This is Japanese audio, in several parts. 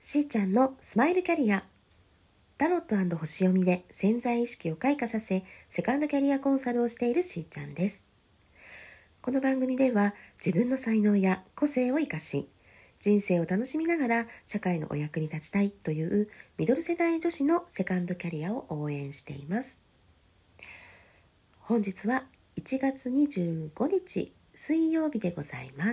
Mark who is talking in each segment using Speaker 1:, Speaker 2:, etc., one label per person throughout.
Speaker 1: しーちゃんのスマイルキャリア。タロット&星読みで潜在意識を開花させ、セカンドキャリアコンサルをしているしーちゃんです。この番組では自分の才能や個性を生かし、人生を楽しみながら社会のお役に立ちたいというミドル世代女子のセカンドキャリアを応援しています。本日は1月25日水曜日でございます。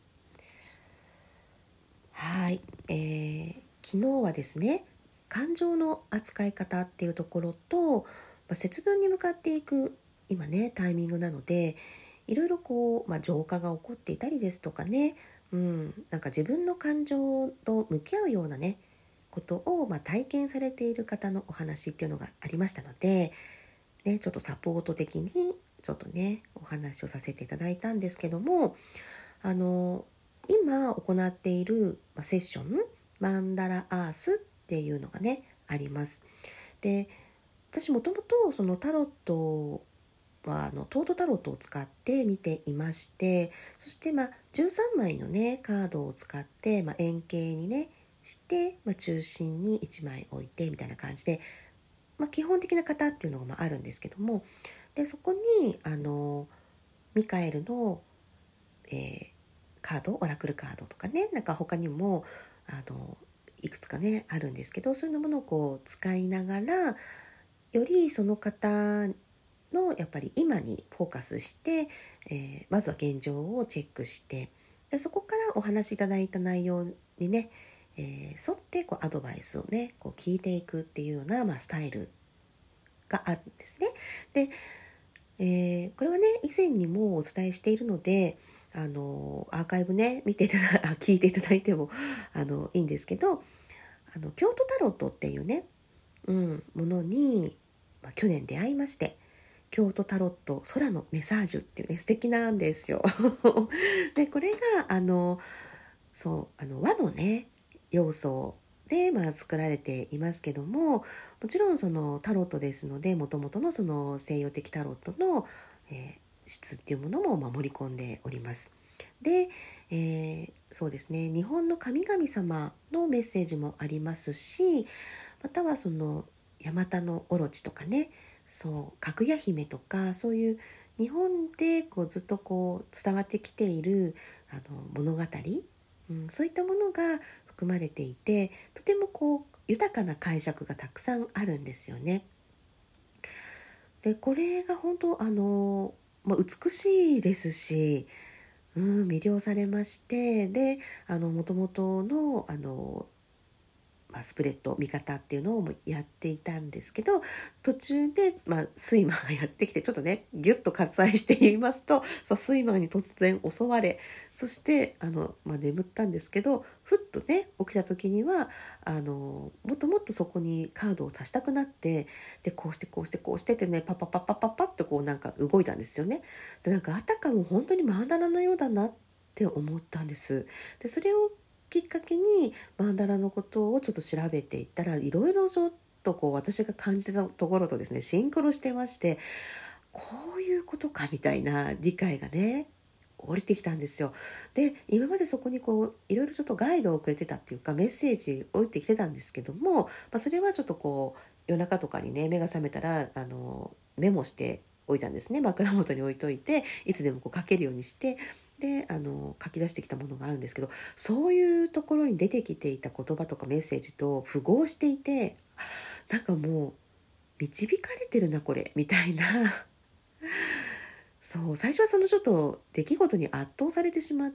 Speaker 1: はい、昨日はですね、感情の扱い方っていうところと、節分に向かっていく今ねタイミングなので、いろいろ浄化が起こっていたりですとかね、なんか自分の感情と向き合うようなねことを、体験されている方のお話っていうのがありましたので、ね、ちょっとサポート的にちょっとねお話をさせていただいたんですけども、今行っているセッションマンダラアースっていうのがねあります。で、私もともとそのタロットはトートタロットを使って見ていまして、そして13枚のねカードを使って、円形にねして、中心に1枚置いてみたいな感じで、基本的な型っていうのがあるんですけども、でそこにミカエルの、カード、オラクルカードとかね、なんか他にもいくつかねあるんですけど、そういうものを使いながらよりその方のやっぱり今にフォーカスして、まずは現状をチェックして、でそこからお話しいただいた内容にね、沿ってアドバイスをね聞いていくっていうような、スタイルがあるんですね。で、これはね以前にもお伝えしているので、アーカイブね見ていただ聞いていただいてもいいんですけど、京都タロットっていうね、ものに、去年出会いまして、京都タロット空のメサージュっていうね素敵なんですよでこれが和のね要素で、作られていますけども、もちろんそのタロットですので、もともとのその西洋的タロットの、質っていうものも盛り込んでおります。で、そうですね、日本の神々様のメッセージもありますし、またはそのヤマタノオロチとかね、かぐや姫とか、そういう日本でずっと伝わってきている物語、そういったものが含まれていて、とても豊かな解釈がたくさんあるんですよね。でこれが本当美しいですし、魅了されまして、でもともとのスプレッド見方っていうのをやっていたんですけど、途中で、睡魔がやってきて、ちょっとねギュッと割愛して言いますと、睡魔に突然襲われ、そして眠ったんですけど、ふっとね起きた時にはもっともっとそこにカードを足したくなって、でこうしてこうしてこうしてってね、パッパッパッパッパッパッとなんか動いたんですよね。でなんかあたかも本当にマンダラのようだなって思ったんです。でそれをきっかけにマンダラのことをちょっと調べていったら、いろいろちょっと私が感じたところとですねシンクロしてまして、こういうことかみたいな理解がね降りてきたんですよ。で今までそこにいろいろちょっとガイドをくれてたっていうか、メッセージ降りてきてたんですけども、それはちょっと夜中とかにね目が覚めたらメモしておいたんですね。枕元に置いといて、いつでも書けるようにして、で書き出してきたものがあるんですけど、そういうところに出てきていた言葉とかメッセージと符合していて、なんかもう導かれてるなこれみたいな最初はそのちょっと出来事に圧倒されてしまって、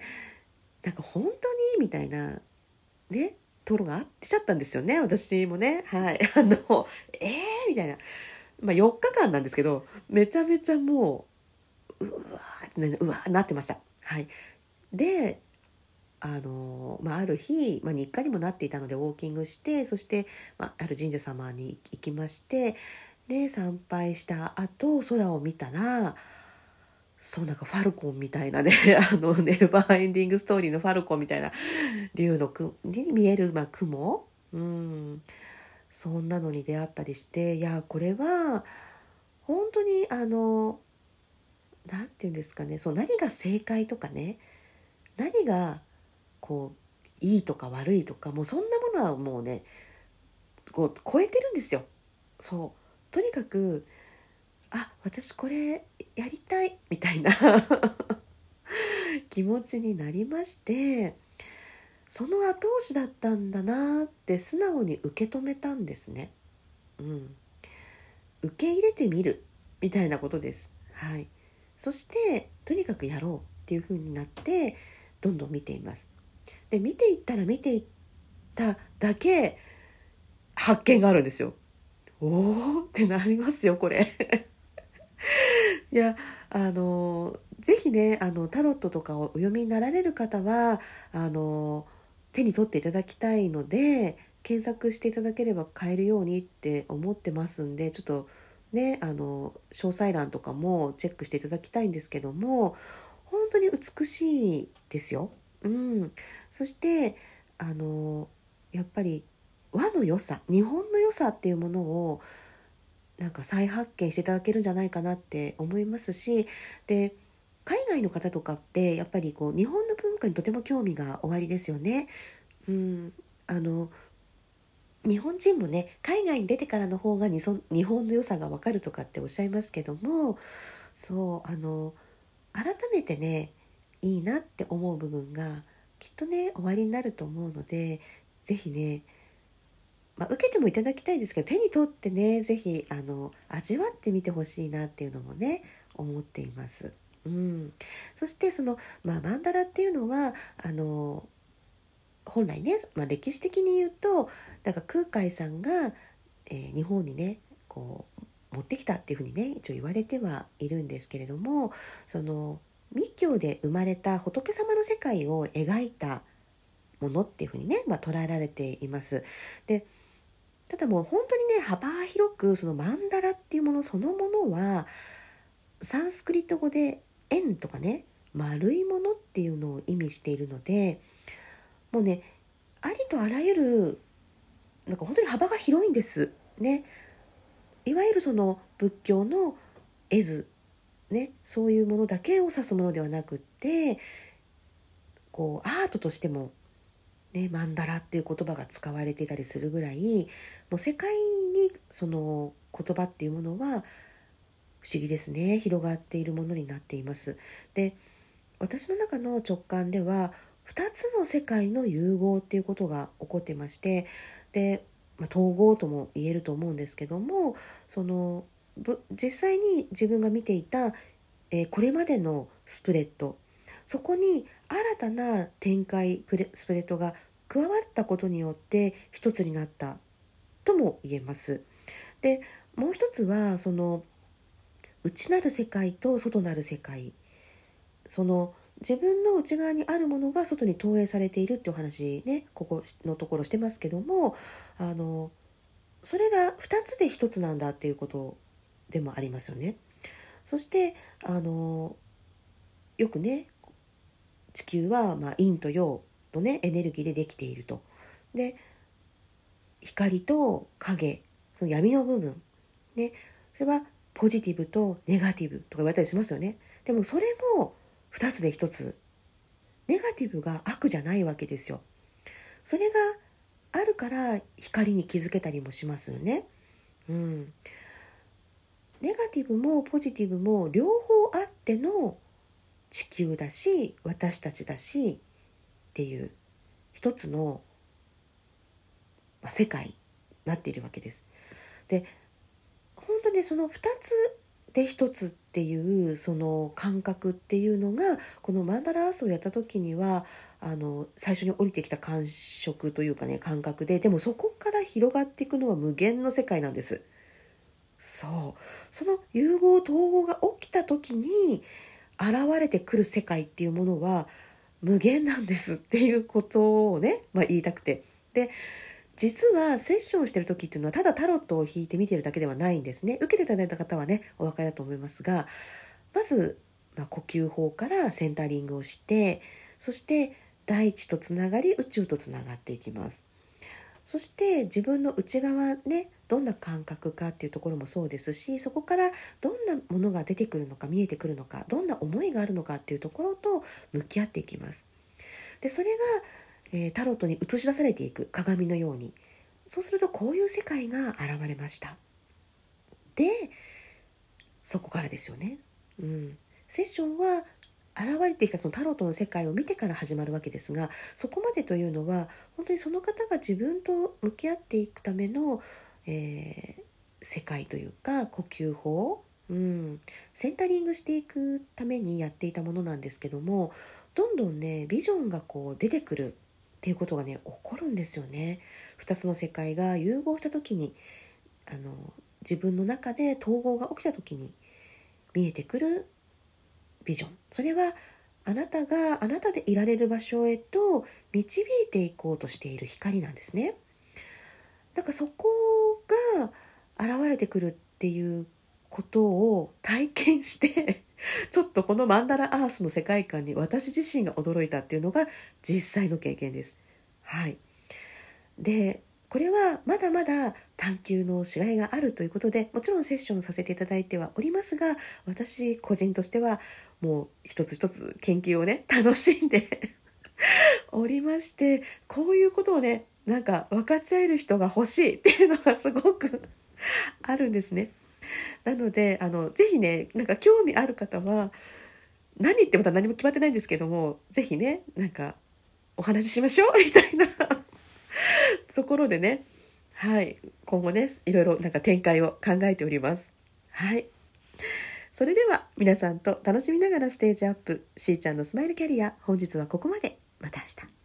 Speaker 1: なんか本当にみたいなねところがあってちゃったんですよね、私もね。はいみたいな、4日間なんですけど、めちゃめちゃもうわーなってました。はい。である日、日課にもなっていたのでウォーキングして、そして、ある神社様に行きまして、で参拝した後空を見たら、なんかファルコンみたいなねネバーエンディングストーリーのファルコンみたいな竜のに見える、雲、そんなのに出会ったりして、いやこれは本当になんていうんですかね、何が正解とかね、何がいいとか悪いとか、もうそんなものはもうねこう超えてるんですよ。そうとにかく私これやりたいみたいな気持ちになりまして、その後押しだったんだなって素直に受け止めたんですね。受け入れてみるみたいなことです。そしてとにかくやろうっていう風になってどんどん見ています。で見ていったら見ていっただけ発見があるんですよ。おーってなりますよこれいやぜひねタロットとかをお読みになられる方は手に取っていただきたいので、検索していただければ買えるようにって思ってますんで、ちょっとね詳細欄とかもチェックしていただきたいんですけども、本当に美しいですよ。そしてやっぱり和の良さ、日本の良さっていうものをなんか再発見していただけるんじゃないかなって思いますし、で海外の方とかってやっぱりこう日本の文化にとても興味がおありですよね。うん、あの日本人もね海外に出てからの方が日本の良さがわかるとかっておっしゃいますけども、改めてねいいなって思う部分がきっとねおありになると思うので、ぜひね受けてもいただきたいですけど、手に取ってねぜひ味わってみてほしいなっていうのもね思っています。そしてマンダラっていうのは本来ね、歴史的に言うとだから空海さんが、日本にねこう持ってきたっていうふうにね一応言われてはいるんですけれども、密教で生まれた仏様の世界を描いたものっていうふうにね、捉えられています。でただもう本当にね幅広くそのマンダラっていうものそのものはサンスクリット語で円とかね丸いものっていうのを意味しているので、もうねありとあらゆるなんか本当に幅が広いんですね。いわゆるその仏教の絵図ね、そういうものだけを指すものではなくって、こうアートとしてもねマンダラっていう言葉が使われていたりするぐらい、もう世界にその言葉っていうものは不思議ですね、広がっているものになっています。で私の中の直感では2つの世界の融合っていうことが起こってまして、で、統合とも言えると思うんですけども、実際に自分が見ていた、これまでのスプレッド、そこに新たな展開スプレッドが加わったことによって一つになったとも言えます。でもう一つは内なる世界と外なる世界、自分の内側にあるものが外に投影されているっていうお話ねここのところしてますけども、それが2つで1つなんだっていうことでもありますよね。そしてよくね地球は陰と陽のねエネルギーでできていると。で光と影、その闇の部分ね、それはポジティブとネガティブとか言われたりしますよね。でもそれも2つで1つ、ネガティブが悪じゃないわけですよ。それがあるから光に気づけたりもしますよね。ネガティブもポジティブも両方あっての地球だし私たちだしっていう一つの、世界になっているわけです。で本当にその2つで1つっていうその感覚っていうのがこのマンダラアースをやった時には最初に降りてきた感触というかね感覚で、でもそこから広がっていくのは無限の世界なんです。その融合統合が起きた時に現れてくる世界っていうものは無限なんですっていうことをね、言いたくて、で実はセッションしてる時っていうのはただタロットを引いて見てるだけではないんですね。受けていただいた方はねお分かりだと思いますが、まず、呼吸法からセンタリングをして、そして大地とつながり宇宙とつながっていきます。そして自分の内側ねどんな感覚かっていうところもそうですし、そこからどんなものが出てくるのか見えてくるのか、どんな思いがあるのかっていうところと向き合っていきます。でそれがタロットに映し出されていく鏡のように、そうするとこういう世界が現れました。でそこからですよね、セッションは現れてきたそのタロットの世界を見てから始まるわけですが、そこまでというのは本当にその方が自分と向き合っていくための、世界というか呼吸法、センタリングしていくためにやっていたものなんですけども、どんどんねビジョンがこう出てくるっていうことがね起こるんですよね。2つの世界が融合した時に、自分の中で統合が起きた時に見えてくるビジョン、それはあなたがあなたでいられる場所へと導いていこうとしている光なんですね。だからそこが現れてくるっていうことを体験してちょっとこのマンダラアースの世界観に私自身が驚いたっていうのが実際の経験です。はい。でこれはまだまだ探求のしがいがあるということで、もちろんセッションさせていただいてはおりますが、私個人としてはもう一つ一つ研究をね楽しんでおりまして、こういうことをねなんか分かち合える人が欲しいっていうのがすごくあるんですね。なのでぜひねなんか興味ある方は、何言っても何も決まってないんですけども、ぜひねなんかお話ししましょうみたいなところでね、はい、今後ねいろいろなんか展開を考えております。はい、それでは皆さんと楽しみながらステージアップ、しーちゃんのスマイルキャリア、本日はここまで。また明日。